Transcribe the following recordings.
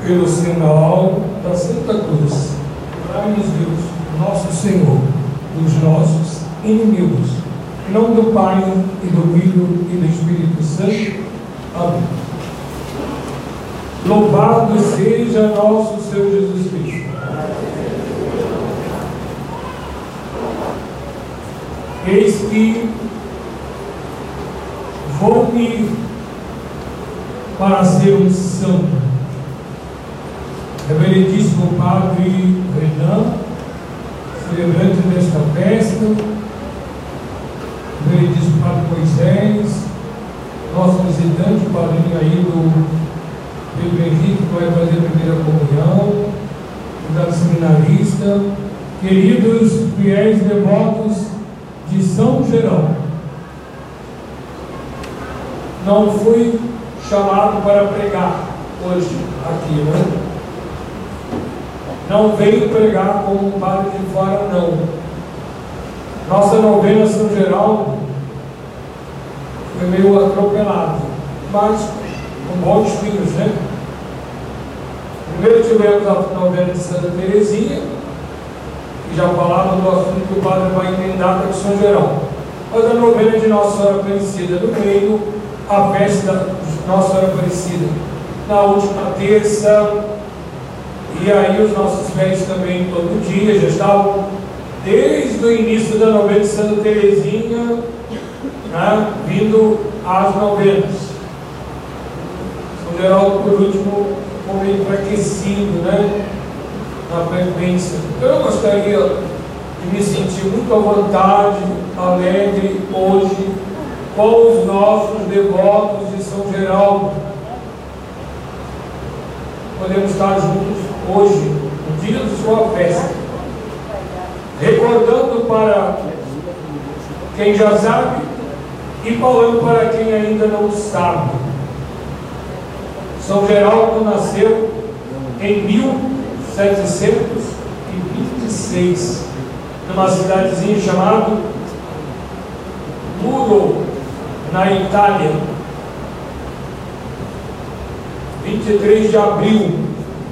Pelo sinal da Santa Cruz, livrai-nos Deus, nosso Senhor, dos nossos inimigos. Em nome do Pai, e do Filho, e do Espírito Santo. Amém. Louvado seja nosso Senhor Jesus Cristo. Eis que vou-me para ser um santo. Reverendíssimo Padre Renan, celebrante desta festa, reverendíssimo Padre Moisés, nosso visitante, padrinho aí do Pedro Henrique, que vai fazer a primeira comunhão, da seminarista, queridos fiéis devotos de São Jerônimo. Não fui chamado para pregar hoje aqui, né? Não veio pregar como um padre de fora, não. Nossa novena São Geraldo foi meio atropelada, mas com bons filhos, né? Primeiro tivemos a novena de Santa Teresinha, que já falava do assunto que o padre vai emendar para São Geraldo. Mas a novena de Nossa Senhora Aparecida, no meio, a festa de Nossa Senhora Aparecida, na última terça. E aí os nossos fiéis também todo dia já estavam desde o início da novena de Santa Teresinha, né, vindo às novenas. São Geraldo, por último, ficou meio enfraquecido, né, na frequência. Eu gostaria de me sentir muito à vontade, alegre hoje com os nossos devotos de São Geraldo. Podemos estar juntos hoje, no dia de sua festa, recordando para quem já sabe e falando para quem ainda não sabe. São Geraldo nasceu em 1726, numa cidadezinha chamada Muro, na Itália. 23 de abril.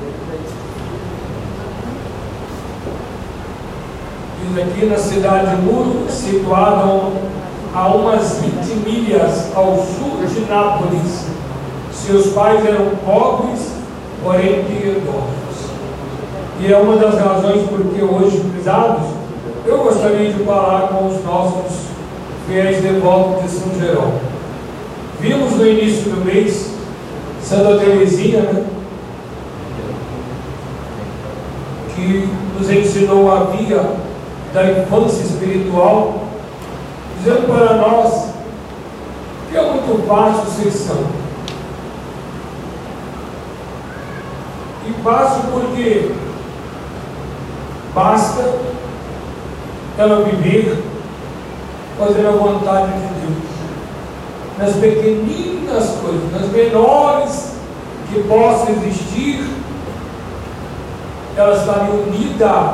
Diz aqui na cidade de Muro, situada a umas 20 milhas ao sul de Nápoles. Seus pais eram pobres, porém piedosos. E é uma das razões porque hoje, prezados, eu gostaria de falar com os nossos fiéis devotos de São Jerônimo. Vimos no início do mês Santa Teresinha, né, que nos ensinou a via da infância espiritual, dizendo para nós que é muito fácil ser santo. E fácil porque basta ela viver fazendo a vontade de Deus, nas pequeninas coisas, nas menores que possa existir, ela está unida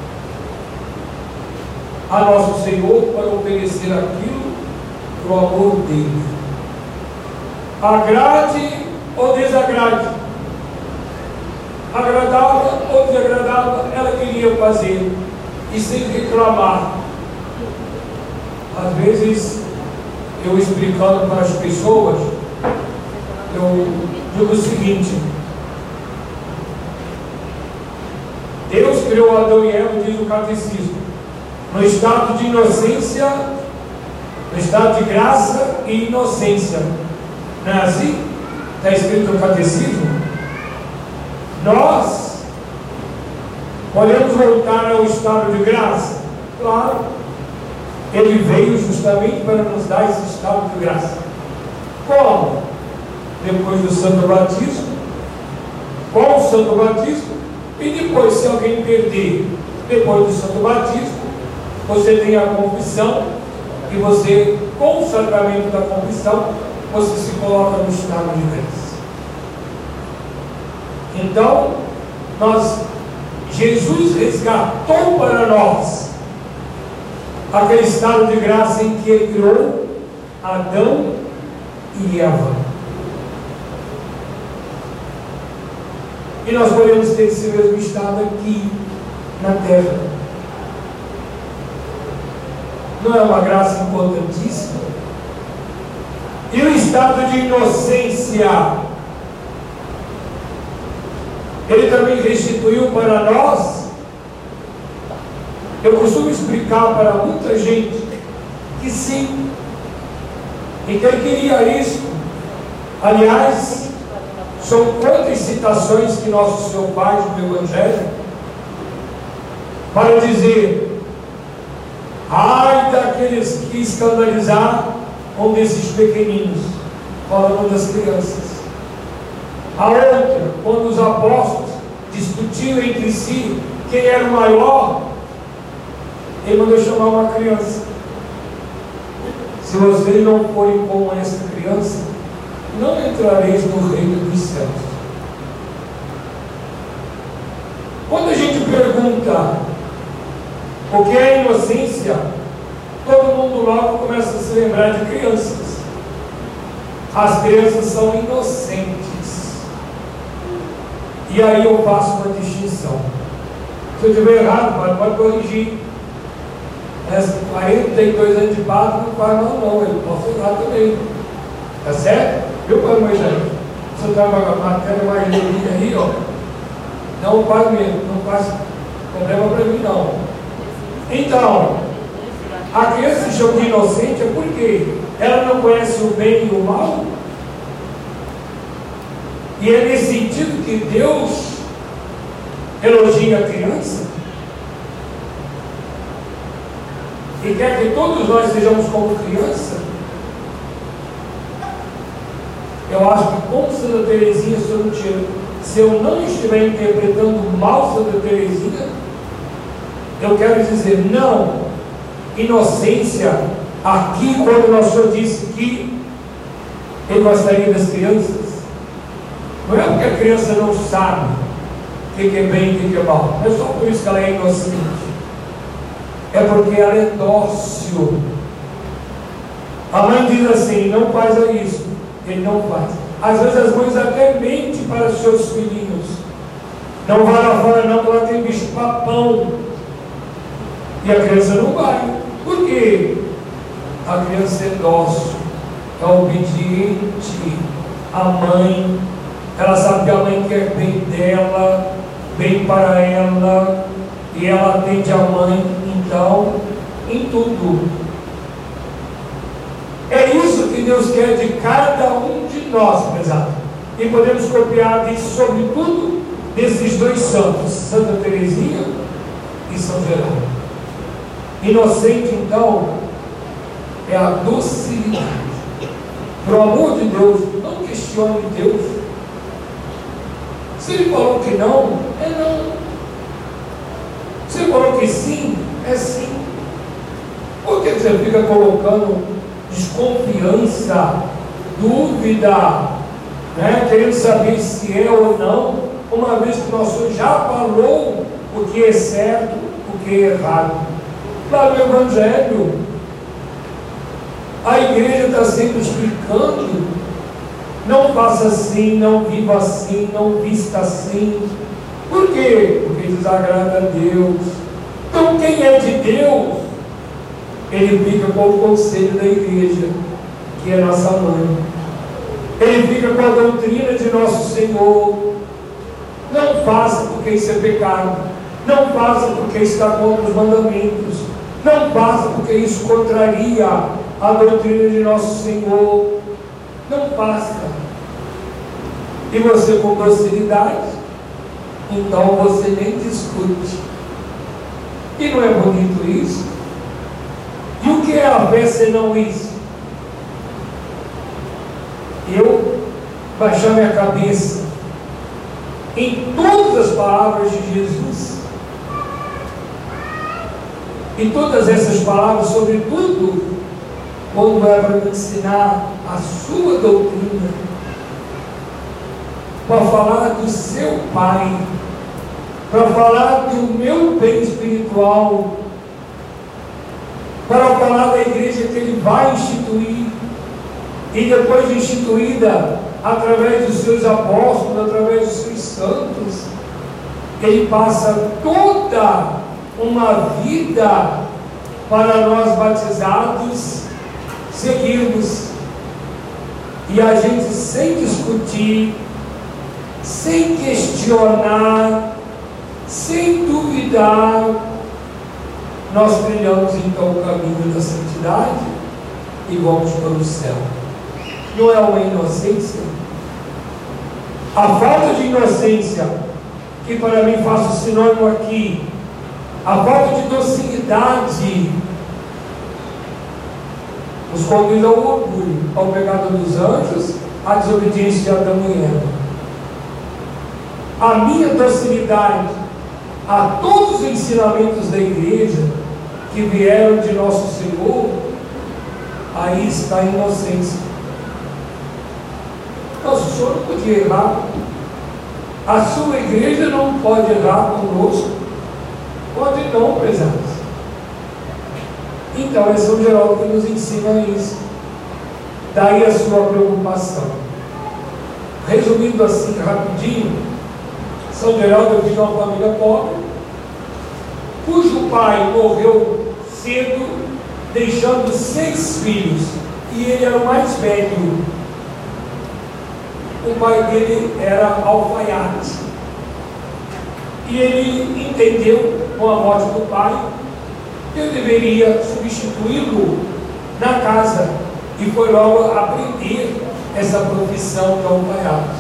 a nosso Senhor para oferecer aquilo para o amor dele. Agrade ou desagrade, agradável ou desagradável, ela queria fazer, e sem reclamar. Às vezes, eu explicando para as pessoas, eu digo o seguinte: Deus criou Adão e Eva, diz o catecismo, no estado de inocência, no estado de graça e inocência. Não é assim? Está escrito no catecismo. Nós podemos voltar ao estado de graça? Claro. Ele veio justamente para nos dar esse estado de graça. Como? Depois do santo batismo, com o santo batismo, e depois, se alguém perder, depois do santo batismo, você tem a confissão, e você, com o sacramento da confissão, você se coloca no estado de graça. Então, Jesus resgatou para nós aquele estado de graça em que Ele criou Adão e Eva. E nós podemos ter esse mesmo estado aqui na terra. Não é uma graça importantíssima? E o estado de inocência, Ele também restituiu para nós. Eu costumo explicar para muita gente que sim, e que Ele queria isso. Aliás, são quantas citações que nosso Senhor faz no Evangelho para dizer: ai daqueles que escandalizar um desses pequeninos, falando das crianças. A outra, quando os apóstolos discutiam entre si quem era o maior, Ele mandou chamar uma criança. Se vocês não forem como essa criança, não entrareis no reino dos céus. Quando a gente pergunta o que é inocência, todo mundo logo começa a se lembrar de crianças. As crianças são inocentes. E aí eu faço uma distinção. Se eu estiver errado, pode corrigir. Mas 42 anos de padre não faz mal não, ele pode errar também. Tá certo? Viu, Padre Moisés? Você está com a matéria mais leirinha aí, ó. Não faz mesmo, não faz problema para mim não. Então, a criança se chama de inocente é porque ela não conhece o bem e o mal. E é nesse sentido que Deus elogia a criança e quer que todos nós sejamos como criança. Eu acho que, como Santa Teresinha, se eu não estiver interpretando mal Santa Teresinha, eu quero dizer, não, inocência, aqui quando o nosso Senhor disse que Ele gostaria das crianças, não é porque a criança não sabe o que é bem e o que é mal, não é só por isso que ela é inocente, é porque ela é dócil. A mãe diz assim: não faz isso, ele não faz. Às vezes as mães até mentem para os seus filhinhos: não vai lá fora não, porque lá tem bicho papão. E a criança não vai. Por quê? A criança é dócil, é obediente à mãe. Ela sabe que a mãe quer bem dela, bem para ela, e ela atende a mãe, então, em tudo. É isso que Deus quer de cada um de nós, prezado. E podemos copiar disso, sobretudo, desses dois santos, Santa Teresinha e São Geraldo. Inocente, então, é a docilidade. Pelo amor de Deus, não questione Deus. Se Ele falou que não, é não. Se Ele falou que sim, é sim. Por que você fica colocando desconfiança, dúvida, né? Querendo saber se é ou não, uma vez que nosso Senhor já falou o que é certo, o que é errado? Lá no Evangelho, a igreja está sempre explicando: não faça assim, não viva assim, não vista assim. Por quê? Porque desagrada a Deus. Então, quem é de Deus, ele fica com o conselho da igreja, que é nossa mãe. Ele fica com a doutrina de nosso Senhor. Não faça porque isso é pecado. Não faça porque está contra os mandamentos. Não faça porque isso contraria a doutrina de nosso Senhor. Não faça. E você, com docilidade, então você nem discute. E não é bonito isso? E o que é a fé senão isso? Eu baixar minha cabeça em todas as palavras de Jesus, e todas essas palavras, sobretudo quando é para me ensinar a sua doutrina, para falar do seu Pai, para falar do meu bem espiritual, para falar da igreja que Ele vai instituir, e depois de instituída, através dos seus apóstolos, através dos seus santos, ele passa toda uma vida para nós batizados seguirmos. E a gente, sem discutir, sem questionar, sem duvidar, nós trilhamos então o caminho da santidade e vamos para o céu. Não é uma inocência? A falta de inocência, que para mim faço sinônimo aqui, a falta de docilidade, nos conduz ao orgulho, ao pecado dos anjos, à desobediência de Adão e Eva. A minha docilidade a todos os ensinamentos da igreja que vieram de nosso Senhor, aí está a inocência. Nosso Senhor não podia errar. A sua igreja não pode errar conosco. Pode não, prezados. Então é São Geraldo que nos ensina isso. Daí a sua preocupação. Resumindo assim rapidinho, São Geraldo é de uma família pobre, cujo pai morreu cedo, deixando 6 filhos, e ele era o mais velho. O pai dele era alfaiate, e ele entendeu, com a morte do pai, que eu deveria substituí-lo na casa, e foi logo aprender essa profissão de alfaiate.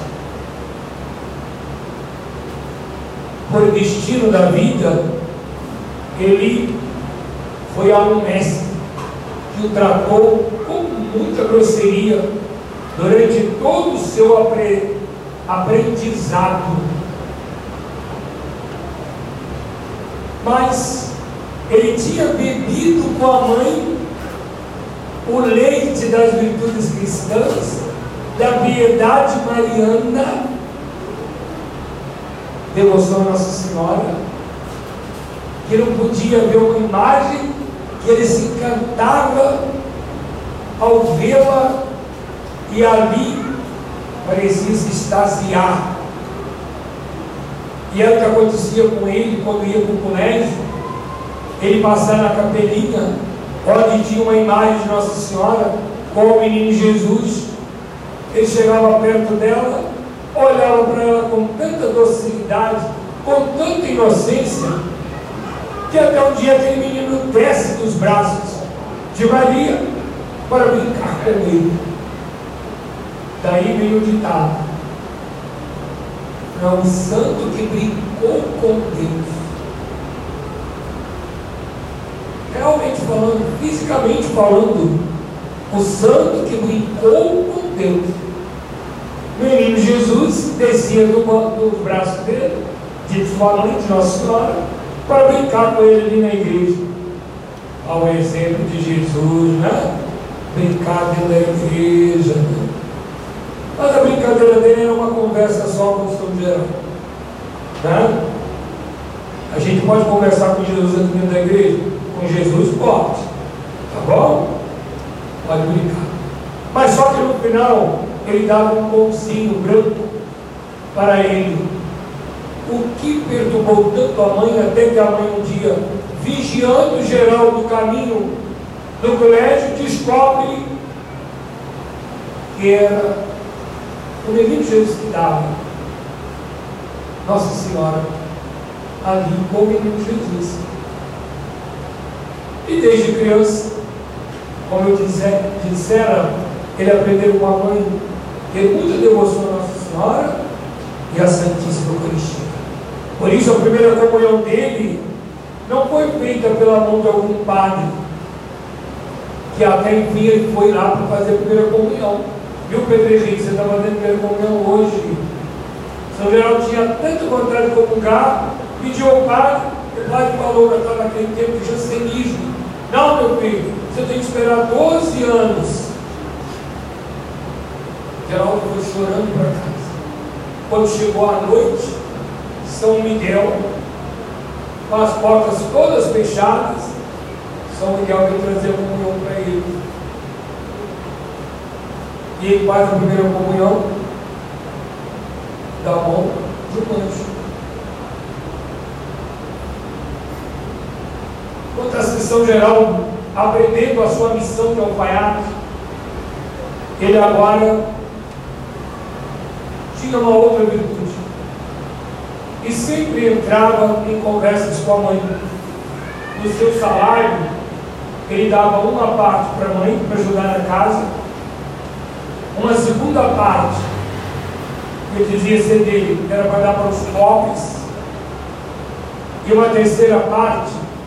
Por destino da vida, ele foi a um mestre que o tratou com muita grosseria durante todo o seu aprendizado. Mas ele tinha bebido com a mãe o leite das virtudes cristãs, da piedade mariana, devoção a Nossa Senhora, que não podia ver uma imagem, que ele se encantava ao vê-la, e ali parecia se extasiar. E era o que acontecia com ele quando ia para o colégio. Ele passava na capelinha, onde tinha uma imagem de Nossa Senhora com o menino Jesus. Ele chegava perto dela, olhava para ela com tanta docilidade, com tanta inocência, que até um dia aquele menino desce dos braços de Maria para brincar com ele. Daí veio o ditado: é um santo que brincou com Deus. Realmente falando, fisicamente falando, o santo que brincou com Deus. O menino Jesus descia do braço dele, de sua mãe, de Nossa Senhora, para brincar com ele ali na igreja. Ao exemplo de Jesus, né? Brincar dentro da igreja, né? Mas a brincadeira dele era uma conversa só com o São Geraldo, né? A gente pode conversar com Jesus aqui dentro da igreja? Com Jesus pode, tá bom? Pode brincar. Mas só que no final ele dava um pãozinho branco para ele. O que perturbou tanto a mãe, até que a mãe um dia, vigiando Geraldo no caminho do colégio, descobre que era o menino Jesus que dava. Nossa Senhora ali com o menino Jesus. E desde criança, como eu dissera, ele aprendeu com a mãe ter muita devoção a Nossa Senhora e a Santíssima Eucaristia. Por isso a primeira comunhão dele não foi feita pela mão de algum padre, que até enfim ele foi lá para fazer a primeira comunhão. Viu, Pedro Henrique, você está fazendo a primeira comunhão hoje. São Geraldo tinha tanta vontade de comungar, pediu ao padre, o padre falou que estava naquele tempo de jansenismo: não, meu filho, você tem que esperar 12 anos. Geraldo foi chorando para casa. Quando chegou a noite, São Miguel, com as portas todas fechadas, São Miguel veio trazer a comunhão para ele. E ele faz a primeira comunhão, da mão do anjo. Quanto à assistão geral, aprendendo a sua missão de alfaiate, ele agora tinha uma outra virtude. E sempre entrava em conversas com a mãe. No seu salário, ele dava uma parte para a mãe, para ajudar na casa, uma segunda parte, que ele dizia ser dele, era para dar para os pobres, e uma terceira parte,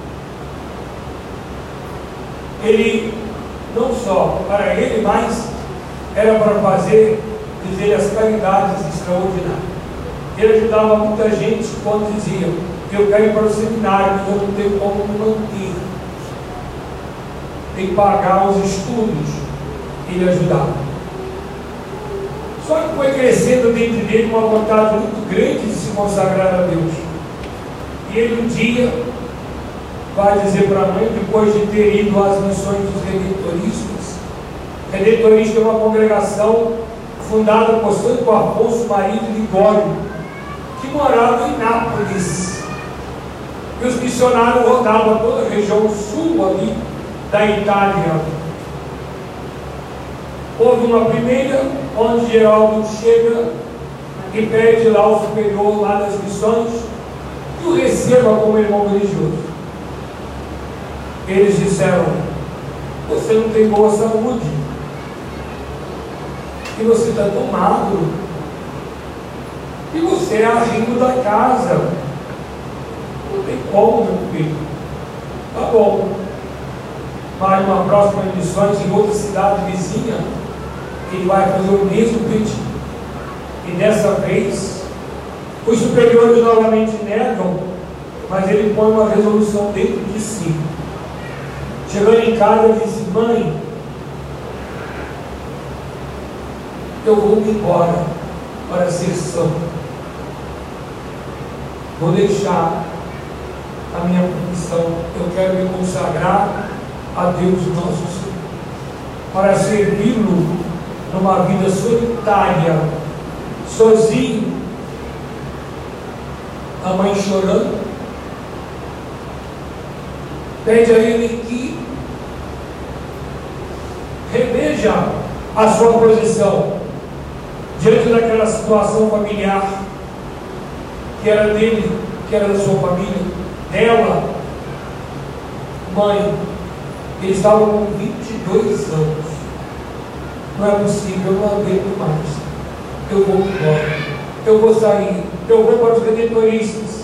ele, não só para ele, mas era para fazer, dizer, as caridades extraordinárias. Ele ajudava muita gente quando dizia: eu quero ir para o seminário, mas eu não tenho como me manter, tem que pagar os estudos. Ele ajudava. Só que foi crescendo dentro dele uma vontade muito grande de se consagrar a Deus. E ele um dia vai dizer para a mãe, depois de ter ido às missões dos redentoristas. Redentorista é uma congregação fundada por Santo Afonso Maria de Ligório, que morava em Nápoles. E os missionários rodavam toda a região sul ali da Itália. Houve uma primeira, onde Geraldo chega e pede lá ao superior lá das missões que o receba como irmão religioso. Eles disseram: você não tem boa saúde, e você está tão magro, e você é arrimo da casa, não tem como, meu filho. Tá bom, vai numa próxima missões em outra cidade vizinha, ele vai fazer o mesmo pedido. E dessa vez os superiores novamente negam, mas ele põe uma resolução dentro de si. Chegando em casa, ele disse: mãe, eu vou me embora para ser santo, vou deixar a minha profissão, eu quero me consagrar a Deus nosso Senhor, para servi-lo numa vida solitária, sozinho. A mãe chorando, pede a ele que reveja a sua posição diante daquela situação familiar que era dele, que era da sua família, dela. Mãe, ele estava com 22 anos. Não é possível, eu não aguento mais. Eu vou embora, eu vou sair, eu vou para os redentoristas.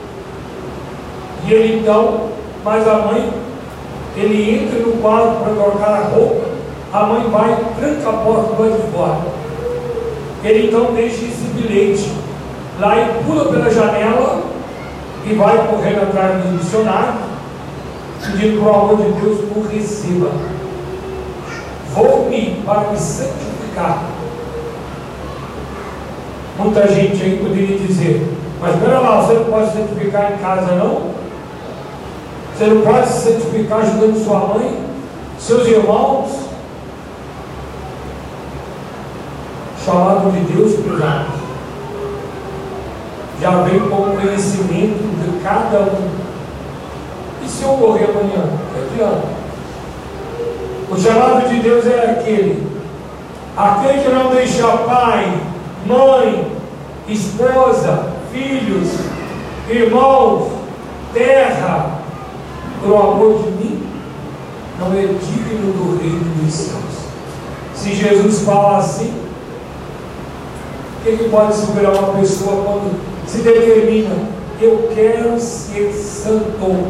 E ele então, mas a mãe, ele entra no quarto para trocar a roupa, a mãe vai, tranca a porta do lado de fora. Ele então deixa esse bilhete lá e pula pela janela e vai correndo atrás do missionário, pedindo por amor de Deus, por receba. Vou-me para me santificar. Muita gente aí poderia dizer: mas espera lá, você não pode se santificar em casa, não? Você não pode se santificar ajudando sua mãe, seus irmãos? Chamado de Deus, cuidado, já vem com o conhecimento de cada um. E se eu morrer amanhã? Que adianta? O chamado de Deus é aquele que não deixa pai, mãe, esposa, filhos, irmãos, terra, por amor de mim, não é digno do reino dos céus. Se Jesus fala assim, o que pode segurar uma pessoa quando se determina: eu quero ser santo?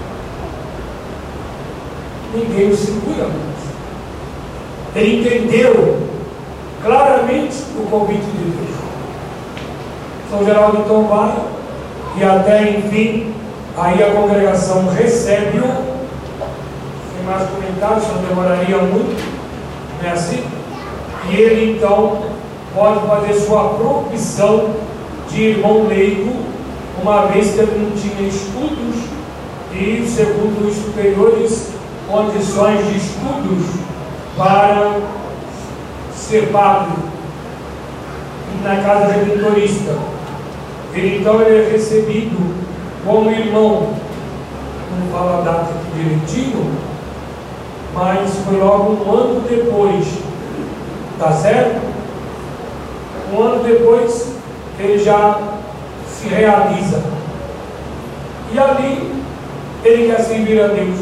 Ninguém o segura mais. Ele entendeu claramente o convite de Deus. São Geraldo então vai, e até enfim, aí a congregação recebe-o. Sem mais comentários, não demoraria muito, não é assim? E ele então pode fazer sua profissão de irmão leigo, uma vez que ele não tinha estudos e, segundo os superiores, condições de estudos para ser padre. na casa redentorista. Ele é recebido como irmão. Não fala a data aqui direitinho, mas foi logo um ano depois, tá certo? Um ano depois ele já se realiza, e ali ele quer servir a Deus,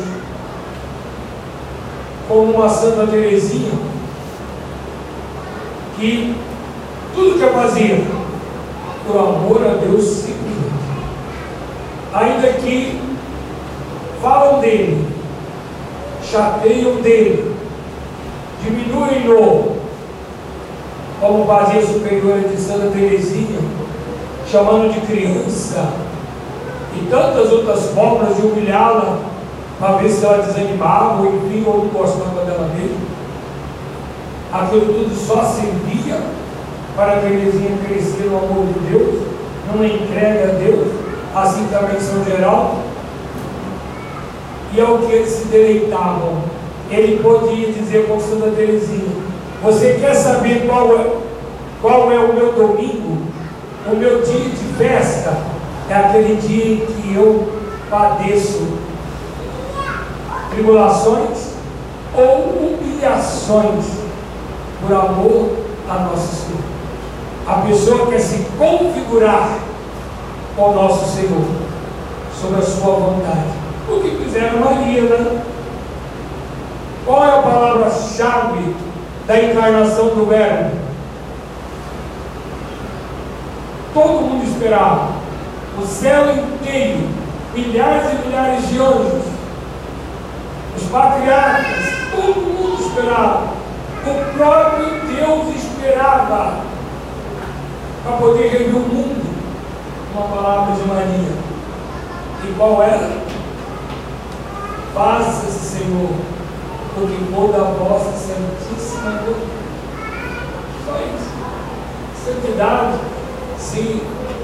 como uma Santa Teresinha, que tudo que fazia por amor a Deus simplesmente, ainda que falam dele, chateiam dele, diminuem-no, como fazia a superiora de Santa Teresinha, chamando de criança, e tantas outras formas de humilhá-la, para ver se ela desanimava, ou enfim, ou não gostava dela mesmo. Aquilo tudo só servia para a Teresinha crescer no amor de Deus, numa entrega a Deus, assim também São Geraldo. E ao que eles se deleitavam, ele podia dizer com Santa Teresinha: você quer saber qual é o meu domingo? O meu dia de festa é aquele dia em que eu padeço tribulações ou humilhações por amor a Nosso Senhor. A pessoa quer se configurar com o nosso Senhor, sob a sua vontade. O que fizeram Maria, né? Qual é a palavra-chave da encarnação do Verbo? Todo mundo esperava, o céu inteiro, milhares e milhares de anjos, os patriarcas, todo mundo esperava, o próprio Deus esperava, para poder rever o mundo. Uma palavra de Maria. E qual era? Faça-se, Senhor, o que for da vossa santíssima vontade. Só isso. Santidade se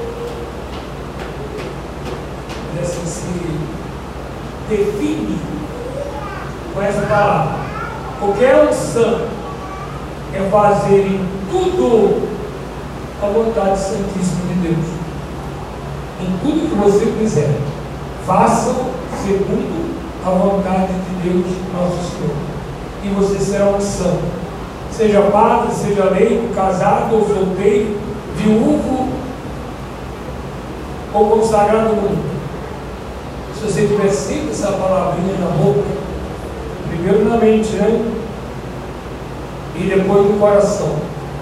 define com essa palavra. Porque é um santo, é fazer em tudo a vontade santíssima de Deus. Em tudo que você fizer, faça segundo a vontade de Deus, nosso Senhor, e você será um santo. Seja padre, seja leigo, casado ou solteiro, viúvo ou consagrado no mundo. Se você tiver sempre essa palavrinha na boca, primeiro na mente, né? E depois no coração,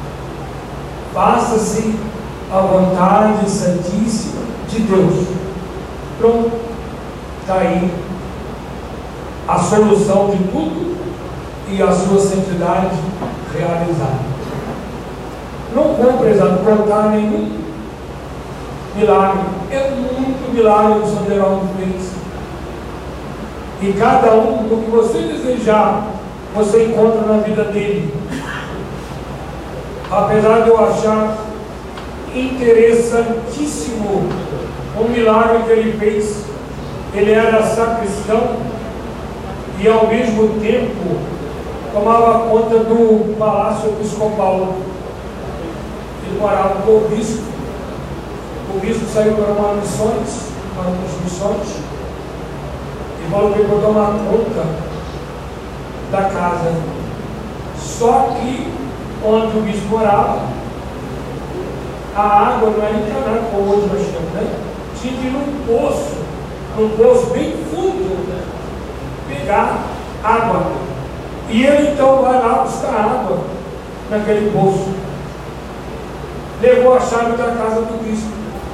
faça-se a vontade santíssima de Deus. Pronto, está aí a solução de tudo e a sua santidade realizada. Não vou precisar contar nenhum milagre. É muito milagre que o São Geraldo fez. E cada um, o que você desejar, você encontra na vida dele. Apesar de eu achar interessantíssimo o milagre que ele fez. Ele era sacristão e ao mesmo tempo tomava conta do palácio episcopal. Ele morava com o bispo. O bispo saiu para umas missões, e falou que ele foi tomar conta da casa. Só que onde o bispo morava, a água não era encanada como hoje nós temos, né? Tinha que ir num poço bem fundo, né? Pegar água. E ele então vai lá buscar água naquele poço. Levou a chave da casa do bispo.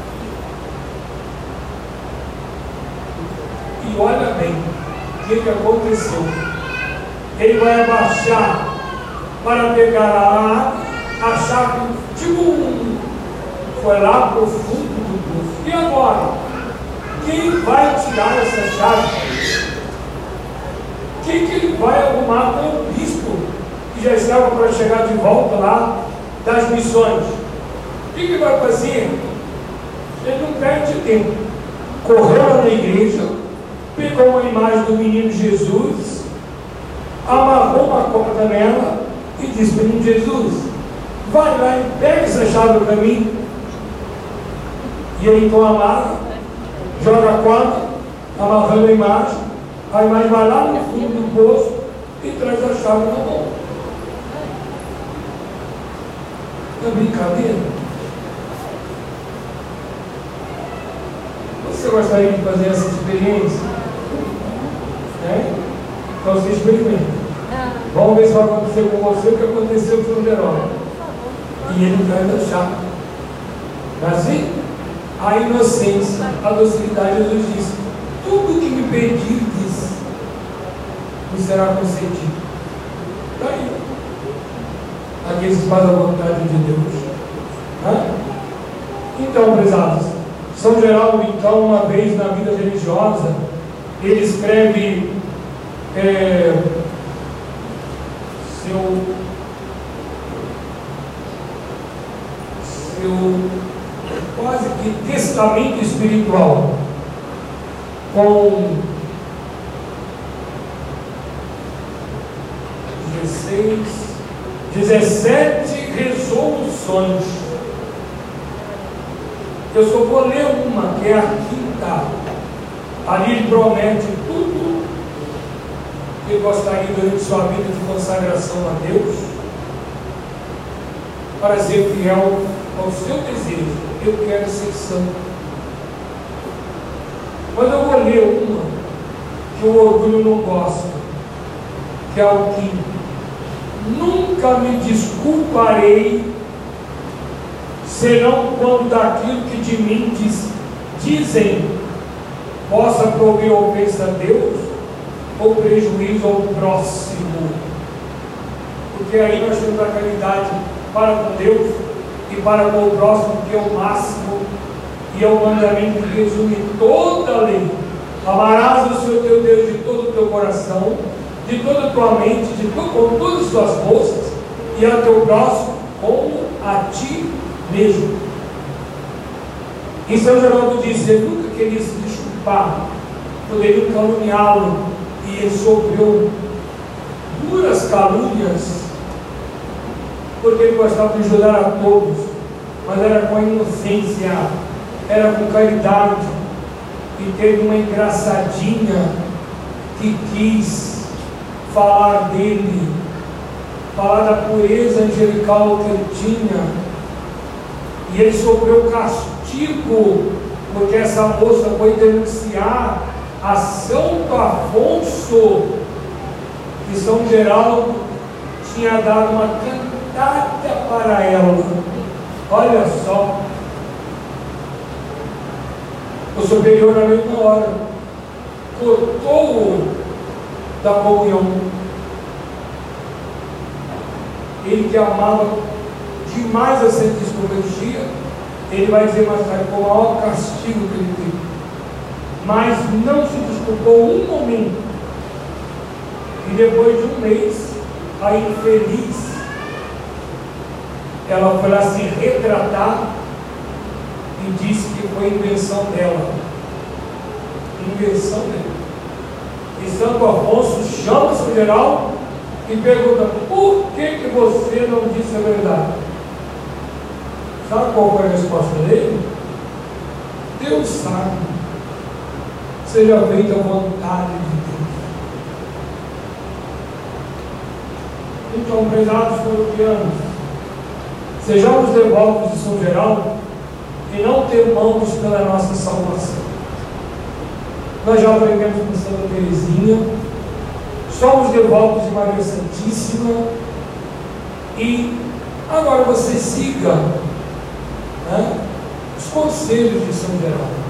E olha bem o que aconteceu. Ele vai abaixar para pegar a água, a chave, foi lá para o fundo do poço. E agora? Quem vai tirar essa chave? Quem que ele vai arrumar com o bispo, que já estava para chegar de volta lá das missões? O que ele vai fazer? Ele não perde tempo. Correu lá na igreja, pegou uma imagem do menino Jesus, amarrou uma corda nela e disse: menino Jesus, vai lá e pega essa chave para mim. E ele então amarra, joga a quadra, amarrando a imagem vai lá no fundo do poço e traz a chave na mão. É brincadeira? Você gostaria de fazer essa experiência? Então você experimenta. Vamos ver se vai acontecer com você o que aconteceu com o Jerônimo. E ele traz a chave. Não é assim? A inocência, a docilidade, Jesus disse: tudo que me pedirdes me será concedido. Está aí. Aqueles que fazem a vontade de Deus. Então, prezados, São Geraldo, então, uma vez na vida religiosa, ele escreve seu quase que testamento espiritual, com 17 resoluções. Eu só vou ler uma, que é a quinta. Ali ele promete tudo que ele gostaria durante sua vida de consagração a Deus, para ser fiel ao seu desejo. Eu quero ser santo. Mas eu vou ler uma que o orgulho não gosta, que é o quinto: nunca me desculparei, senão quando daquilo que de mim dizem possa prover ofensa a Deus ou prejuízo ao próximo. Porque aí nós temos a caridade para com Deus e para com o próximo, que é o máximo e é o mandamento que resume toda a lei. Amarás o Senhor teu Deus de todo o teu coração, de toda a tua mente, com todas as tuas forças, e a teu próximo como a ti mesmo. E São Geraldo disse: ele nunca queria se desculpar, poderiam caluniá-lo, e ele sofreu duras calúnias, porque ele gostava de ajudar a todos, mas era com inocência, era com caridade, e teve uma engraçadinha que quis falar dele, falar da pureza angelical que ele tinha, e ele sofreu castigo, porque essa moça foi denunciar a Santo Afonso, que São Geraldo tinha dado uma cantata para ela. Olha só, o superior na mesma hora cortou-o da comunhão. Ele que amava demais a Santíssima Eucaristia, ele vai dizer mais tarde, com o maior castigo que ele teve, mas não se desculpou um momento. E depois de um mês, a infeliz, ela foi lá se retratar e disse que foi invenção dela. Invenção dela. E Santo Afonso chama São Geraldo e pergunta: por que você não disse a verdade? Sabe qual foi a resposta dele? Deus sabe, seja feita a vontade de Deus. Então, prezados paroquianos, sejamos devotos de São Geraldo e não temamos pela nossa salvação. Nós já aprendemos com Santa Teresinha, somos devotos de Maria Santíssima, e agora você siga os conselhos de São Geraldo,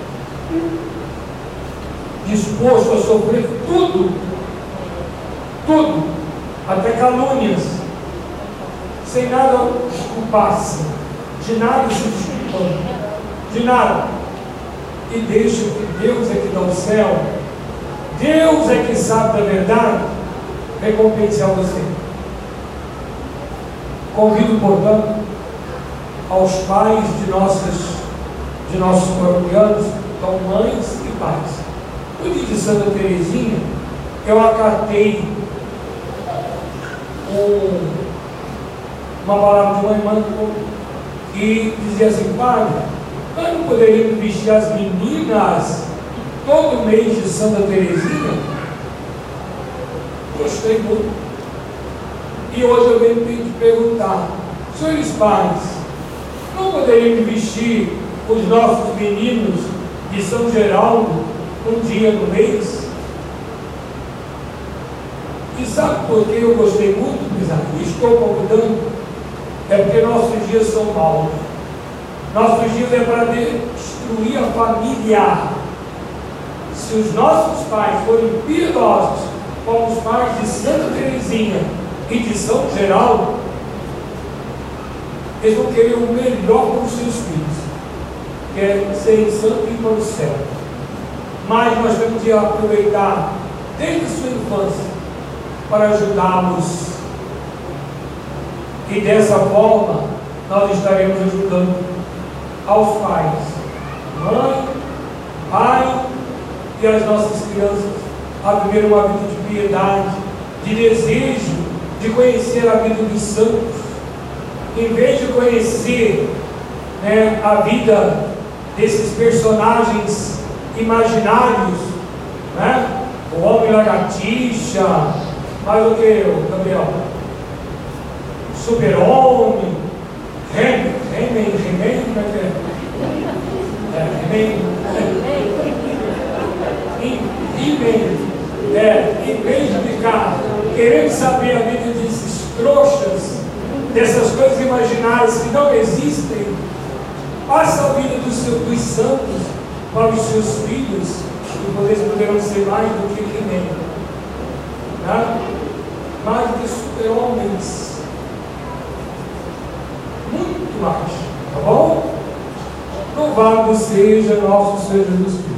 disposto a sofrer tudo, até calúnias, sem nada desculpar-se, de nada se desculpando, de nada, e deixa que Deus é que dá o céu, Deus é que sabe da verdade, recompense a você. Convido, portanto, aos pais de nossos paroquianos, então mães e pais. No dia de Santa Teresinha, eu acatei uma palavra de uma irmã que dizia assim: padre, nós não poderíamos vestir as meninas todo mês de Santa Teresinha? Gostei muito. E hoje eu venho te perguntar: senhores pais, não poderíamos vestir os nossos meninos de São Geraldo um dia do mês? E sabe por que eu gostei muito, e estou convidando? É porque nossos dias são maus. Nossos dias é para destruir a família. Se os nossos pais forem piedosos, como os pais de Santa Teresinha e de São Geraldo, eles vão querer o melhor para os seus filhos, que é ser santo e ir para o céu. Mas nós temos que aproveitar desde a sua infância para ajudá-los, e dessa forma nós estaremos ajudando aos pais, mãe, pai e as nossas crianças a viver uma vida de piedade, de desejo de conhecer a vida dos santos, em vez de conhecer, a vida desses personagens imaginários, o Homem-Lagartixa, mais o que, Gabriel? Super-Homem, He-Man, como é que é? Em vez de ficar querendo saber a vida desses trouxas, dessas coisas imaginárias que não existem, passa a vida dos santos para os seus filhos, e eles poderão ser mais do que He-Man, mais do que super-homens, muito mais, tá bom? Louvado seja nosso Senhor Jesus Cristo.